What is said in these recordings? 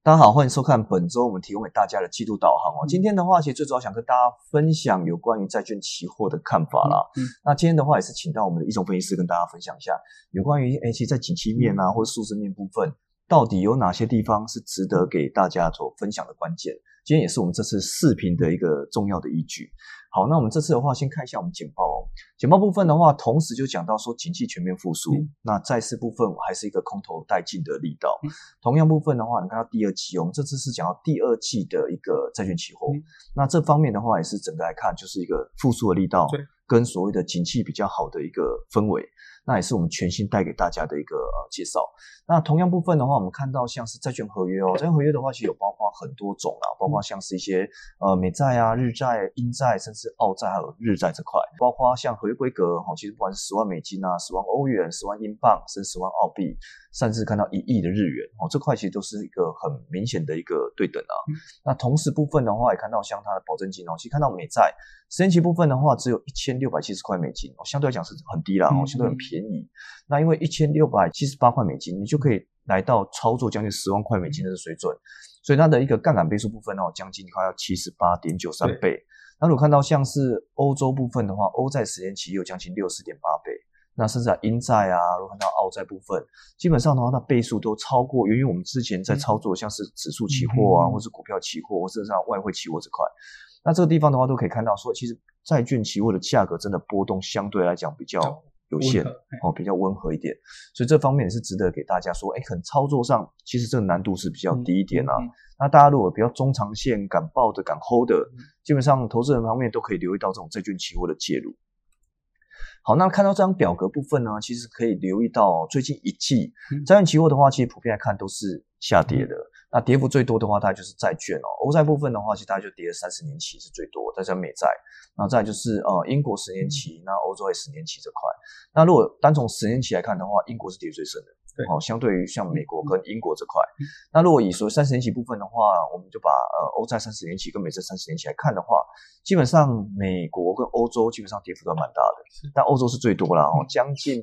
大家好，欢迎收看本周我们提供给大家的季度导航哦。今天的话，其实最主要想跟大家分享有关于债券期货的看法啦。那今天的话也是请到我们的一种分析师跟大家分享一下有关于其实在景气面或者数字面部分，到底有哪些地方是值得给大家所分享的关键。今天也是我们这次视频的一个重要的依据。好，那我们这次的话，先看一下我们简报哦。简报部分的话，同时就讲到说景气全面复苏，那债市部分还是一个空头带进的力道。同样部分的话，你看到第二季，我们这次是讲到第二季的一个债券期货。那这方面的话，也是整个来看就是一个复苏的力道，跟所谓的景气比较好的一个氛围。那也是我们全新带给大家的一个介绍。那同样部分的话，我们看到像是债券合约哦，债券合约的话其实有包括很多种啦，包括像是一些美债啊、日债、英债，甚至澳债还有日债这块，包括像合约规格其实不管是10万美金啊、10万欧元、10万英镑，甚至10万澳币，甚至看到1亿的日元这块其实都是一个很明显的一个对等啊。那同时部分的话，也看到像它的保证金其实看到美债10年期部分的话只有1670块美金相对来讲是很低啦相对很便宜。那因为1678块美金，你就可以来到操作将近10万块美金的水准，所以它的一个杠杆倍数部分将近快要 78.93 倍。那如果看到像是欧洲部分的话，欧债10年期有将近 64.8 倍，那甚至英债啊，如果看到澳债部分，基本上的话它倍数都超过源于我们之前在操作像是指数期货啊，或是股票期货，或是像外汇期货这块。那这个地方的话都可以看到说，其实债券期货的价格真的波动相对来讲比较有限比较温和一点，所以这方面也是值得给大家说可能操作上其实这个难度是比较低一点啊。那大家如果比较中长线敢抱的敢 hold 的，基本上投资人方面都可以留意到这种债券期货的介入。好，那看到这张表格部分呢，其实可以留意到最近一季债券期货的话，其实普遍来看都是下跌的。那跌幅最多的话大概就是债券欧债部分的话其实大概就跌了30年期是最多，再加上美债，然后再来就是英国10年期，那欧洲也10年期这块。那如果单从10年期来看的话，英国是跌最深的，相对于像美国跟英国这块。那如果以所谓30年期部分的话，我们就把欧债30年期跟美债30年期来看的话，基本上美国跟欧洲基本上跌幅都蛮大的，但欧洲是最多啦将近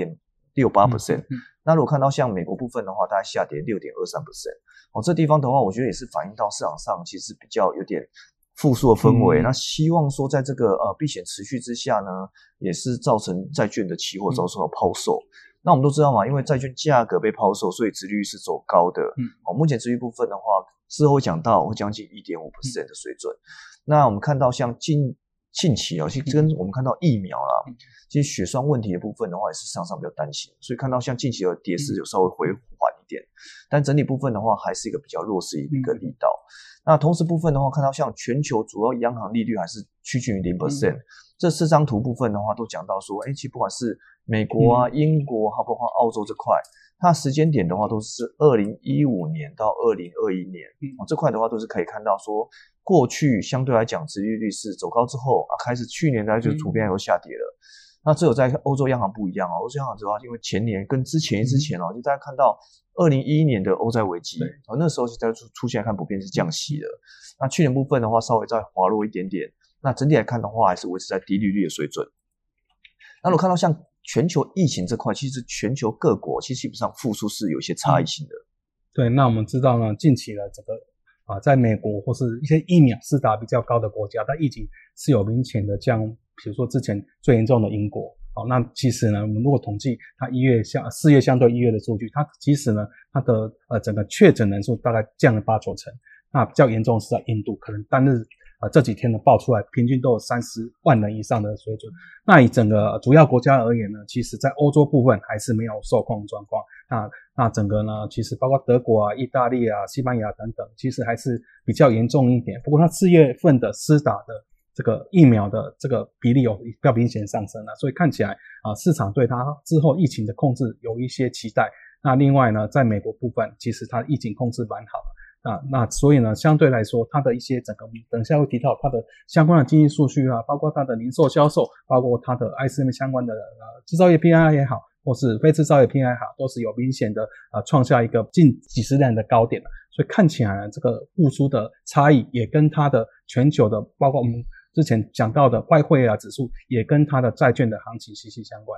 8.68%。那如果看到像美国部分的话，大概下跌 6.23%。这地方的话，我觉得也是反映到市场上其实比较有点复苏的氛围。那希望说在这个避险持续之下呢，也是造成债券的期货遭受到抛售。那我们都知道嘛，因为债券价格被抛售，所以殖利率是走高的。目前殖利率部分的话，之后会讲到会将近 1.5% 的水准。那我们看到像近期其实跟我们看到疫苗其实血栓问题的部分的话，也是市场上比较担心，所以看到像近期的跌势有稍微回缓一点，但整体部分的话还是一个比较弱势一个力道。那同时部分的话，看到像全球主要央行利率还是趋近于 0%。这4张图部分的话都讲到说其实不管是美国啊、英国还包括澳洲这块，它的时间点的话都是2015年到2021年这块的话都是可以看到说过去相对来讲殖利率是走高之后开始去年大概就普遍又下跌了。那只有在欧洲央行不一样欧洲央行的话，因为前年跟之前就大家看到2011年的欧债危机那时候就在出现来看普遍是降息的。那去年部分的话稍微再滑落一点点，那整体来看的话还是维持在低利率的水准。那如果看到像全球疫情这块，其实全球各国其实基本上复苏是有一些差异性的。 对，那我们知道呢，近期的这个在美国或是一些疫苗施打比较高的国家，它疫情是有明显的降，比如说之前最严重的英国那其实呢，我们如果统计它4月相对1月的数据，它其实呢它的整个确诊人数大概降了8-9成。那比较严重是在印度，可能单日这几天呢爆出来平均都有30万人以上的水准。那以整个主要国家而言呢，其实在欧洲部分还是没有受控状况。那整个呢，其实包括德国啊、意大利啊、西班牙等等，其实还是比较严重一点。不过它4月份的施打的这个疫苗的这个比例有比较明显上升所以看起来市场对它之后疫情的控制有一些期待。那另外呢，在美国部分，其实它疫情控制蛮好的。那所以呢，相对来说，它的一些整个等一下会提到它的相关的经济数据包括它的零售销售，包括它的 ISM 相关的制造业 PMI 也好，或是非制造业 PMI 也好，都是有明显的创下一个近几十年的高点所以看起来呢，这个复苏的差异也跟它的全球的，包括我们之前讲到的外汇指数，也跟它的债券的行情息息相关。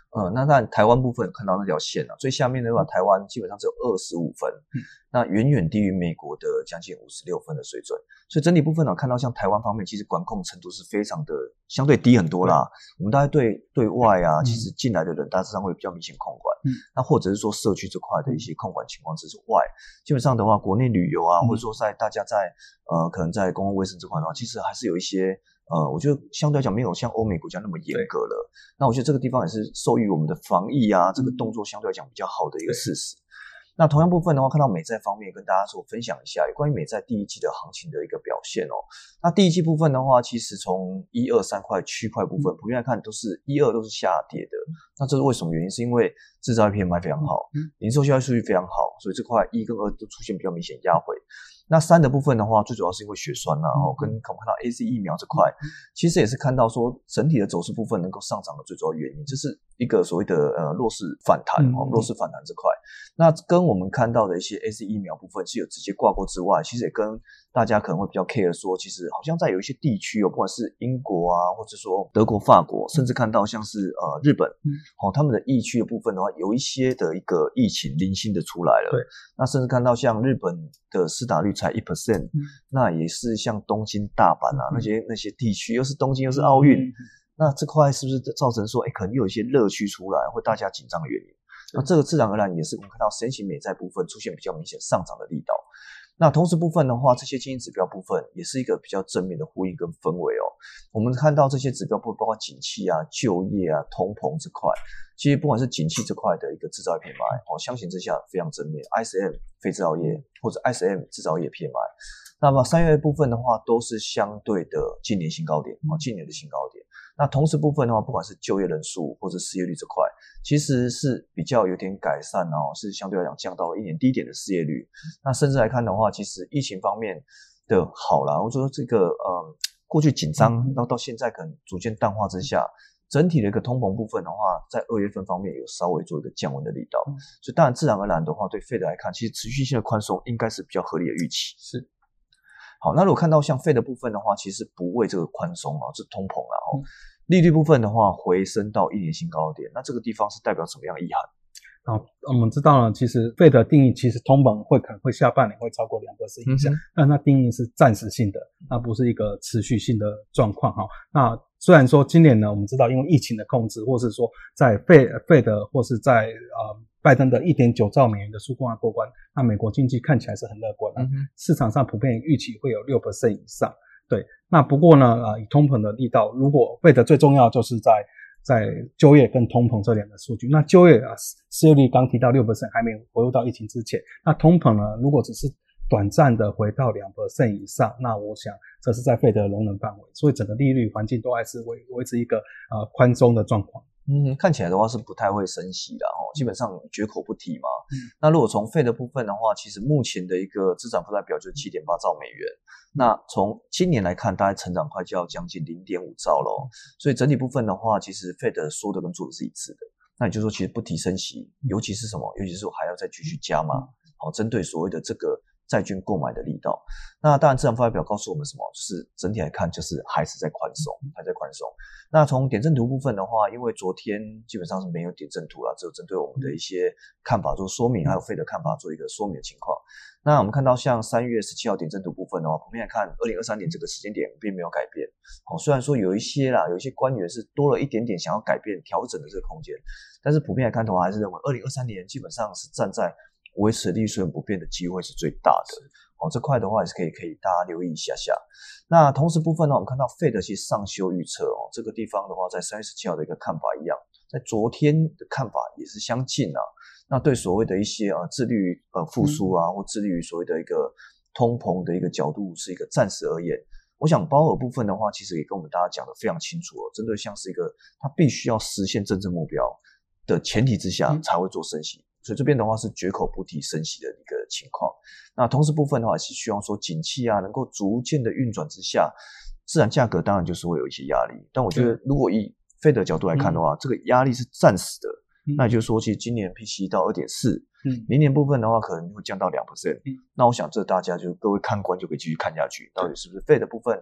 那当然台湾部分有看到那条线啊，最下面的话台湾基本上只有25分，那远远低于美国的将近56分的水准，所以整体部分呢，看到像台湾方面其实管控程度是非常的相对低很多啦。我们大概对外啊，其实进来的人大致上会比较明显控管，那或者是说社区这块的一些控管情况之外，基本上的话国内旅游啊，或者说大家在可能在公共卫生这块的话，其实还是有一些我觉得相对来讲没有像欧美国家那么严格了。那我觉得这个地方也是受益我们的防疫啊，这个动作相对来讲比较好的一个事实。那同样部分的话，看到美债方面跟大家说分享一下有关于美债第一季的行情的一个表现哦。那第一季部分的话，其实从1、2、3块区块部分普遍来看都是1、2都是下跌的。那这是为什么原因？是因为制造业 PMI 非常好，零售销售数据非常好，所以这块1跟2都出现比较明显压回。那3的部分的话，最主要是因为血栓啦，跟我们看到 AZ 疫苗这块，其实也是看到说整体的走势部分能够上涨的最主要原因，这是一个所谓的弱势反弹弱势反弹这块。那跟我们看到的一些 AZ 疫苗部分是有直接挂钩之外，其实也跟大家可能会比较 care 说，其实好像在有一些地区不管是英国啊，或者说德国、法国，甚至看到像是日本，他们的疫区的部分的话，有一些的一个疫情零星的出来了。对，那甚至看到像日本的施打率才 1%，那也是像东京、大阪啊那些地区，又是东京又是奥运，那这块是不是造成说，可能有一些热区出来，会大家紧张的原因？那这个自然而然也是我们看到10年期美债部分出现比较明显上涨的力道。那同时部分的话，这些经济指标部分也是一个比较正面的呼应跟氛围哦。我们看到这些指标部分，包括景气啊、就业啊、通膨这块，其实不管是景气这块的一个制造业 PMI，相形之下非常正面 ，ISM 非制造业或者 ISM 制造业 PMI， 那么3月部分的话都是相对的近年新高点，近年的新高点。那同时部分的话，不管是就业人数或者失业率这块，其实是比较有点改善是相对来讲降到1年低点的失业率。那甚至来看的话，其实疫情方面的好啦，我说这个过去紧张，然后到现在可能逐渐淡化之下，整体的一个通膨部分的话，在2月份方面有稍微做一个降温的力道。所以当然自然而然的话，对 Fed 来看，其实持续性的宽松应该是比较合理的预期。是。好，那如果看到像 Fed 的部分的话，其实不为这个宽松这通膨利率部分的话回升到1年新高点，那这个地方是代表什么样的意涵？ 好，我们知道了，其实 Fed 的定义其实通膨可能会下半年会超过2%以上，但它定义是暂时性的，那不是一个持续性的状况那虽然说今年呢，我们知道因为疫情的控制，或是说在 Fed 或是在拜登的 1.9 兆美元的纾困案过关，那美国经济看起来是很乐观市场上普遍预期会有 6% 以上。对，那不过呢以通膨的力道，如果 Fed 最重要就是在就业跟通膨这两个数据。那就业失业率刚提到 6% 还没有回入到疫情之前，那通膨呢如果只是短暂的回到 2% 以上，那我想这是在 Fed 的容忍范围，所以整个利率环境都还是维持一个宽松的状况。 看起来的话是不太会升息的基本上绝口不提嘛。那如果从 Fed 的部分的话，其实目前的一个资产负债表就是 7.8 兆美元。那从今年来看，大概成长快就要将近 0.5 兆咯。所以整体部分的话，其实 Fed 说的跟做的是一致的。那也就是说，其实不提升息，尤其是什么？尤其是还要再继续加码，针对所谓的这个债券购买的力道。那当然资产负债表告诉我们什么？就是整体来看就是还是在宽松，还在宽松。那从点阵图部分的话，因为昨天基本上是没有点阵图啦，只有针对我们的一些看法做说明，还有Fed的看法做一个说明的情况。那我们看到像3月17号点阵图部分的话，普遍来看2023年这个时间点并没有改变。虽然说有一些官员是多了一点点想要改变调整的这个空间，但是普遍来看的话，还是认为2023年基本上是站在维持利率水准不变的机会是最大的。这块的话也是可以大家留意一下下。那同时部分呢，我们看到 Fed 其实上修预测这个地方的话，在3月17号的一个看法一样，在昨天的看法也是相近那对所谓的一些致力于复苏或致力于所谓的一个通膨的一个角度是一个暂时而言。我想鲍尔部分的话，其实也跟我们大家讲得非常清楚针对像是一个他必须要实现政治目标的前提之下才会做升息。所以这边的话是绝口不提升息的一个情况。那同时部分的话是希望说景气能够逐渐的运转之下，自然价格当然就是会有一些压力。但我觉得如果以 Fed 的角度来看的话，这个压力是暂时的。那也就是说其实今年 PCE 到 2.4， 明年部分的话可能会降到 2%。那我想这大家就各位看官就可以继续看下去，到底是不是 Fed 的部分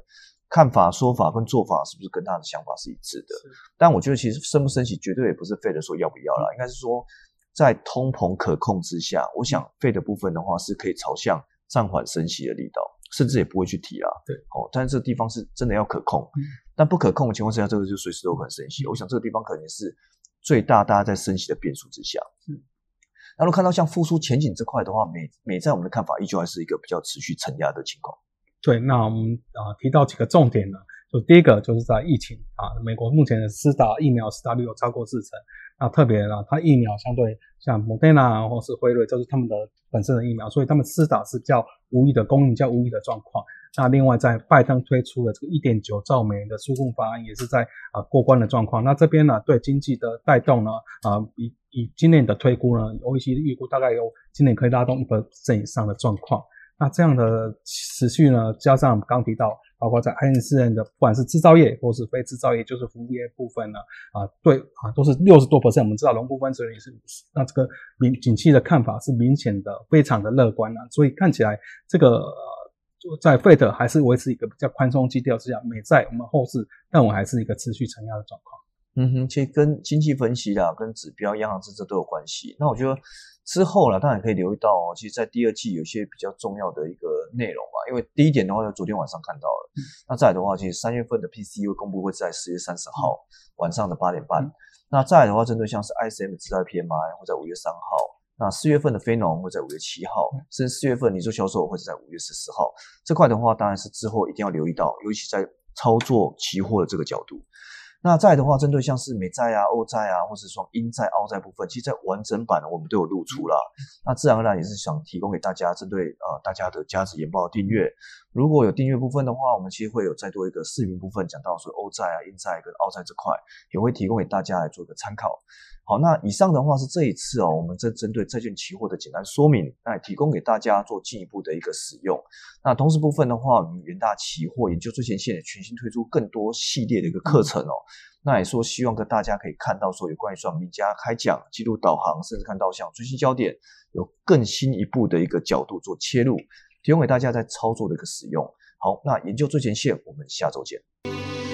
看法、说法跟做法是不是跟他的想法是一致的？但我觉得其实升不升息绝对也不是Fed说要不要啦，应该是说在通膨可控之下，我想Fed的部分的话是可以朝向暂缓升息的力道，甚至也不会去提啦。 对， 但是这个地方是真的要可控，但不可控的情况之下，这个就随时都可能升息。我想这个地方可能是最大大家在升息的变数之下。那如果看到像复苏前景这块的话，美债我们的看法依旧还是一个比较持续承压的情况。 对，那我们提到几个重点呢，就第一个就是在疫情美国目前的施打疫苗施打率有超过40%，那特别呢，它疫苗相对像Moderna或是辉瑞，就是他们的本身的疫苗，所以他们施打是比较无疑的供应，比较无疑的状况。那另外在拜登推出了这个1.9兆美元的纾困法案，也是在过关的状况。那这边呢，对经济的带动呢，以今年的推估呢 ，OECD 预估大概有今年可以拉动1% 以上的状况。那这样的持续呢，加上刚提到，包括在 INCN 的不管是制造业或是非制造业，就是服务业部分呢，都是60多%。我们知道农部分水也是50%，那这个景气的看法是明显的非常的乐观所以看起来这个在 Fed 还是维持一个比较宽松基调之下，美债我们后市认为还是一个持续承压的状况。 其实跟经济分析啦、跟指标、央行政策都有关系。那我觉得之后啦，当然可以留意到其实在第二季有些比较重要的一个内容嘛。因为第一点的话，昨天晚上看到了。那再来的话，其实3月份的 PCE 会公布会在10月30号晚上的8点半。那再来的话，针对像是 ISM 制造 PMI 会在5月3号。那4月份的非农会在5月7号，甚至4月份零售销售会在5月14号。这块的话，当然是之后一定要留意到，尤其在操作期货的这个角度。那再来的话，针对像是美债啊、欧债啊，或是说英债、澳债部分，其实在完整版我们都有露出啦。那自然而然也是想提供给大家，针对大家的价值研报的订阅。如果有订阅部分的话，我们其实会有再多一个视频部分，讲到说欧债啊、英债跟澳债这块，也会提供给大家来做一个参考。好，那以上的话是这一次我们针对债券期货的简单说明，那也提供给大家做进一步的一个使用。那同时部分的话，我们元大期货研究最前线也全新推出更多系列的一个课程那也说希望跟大家可以看到说有关于像名家开讲、记录导航，甚至看到像最新焦点有更新一步的一个角度做切入，提供给大家在操作的一个使用。好，那研究最前线，我们下周见。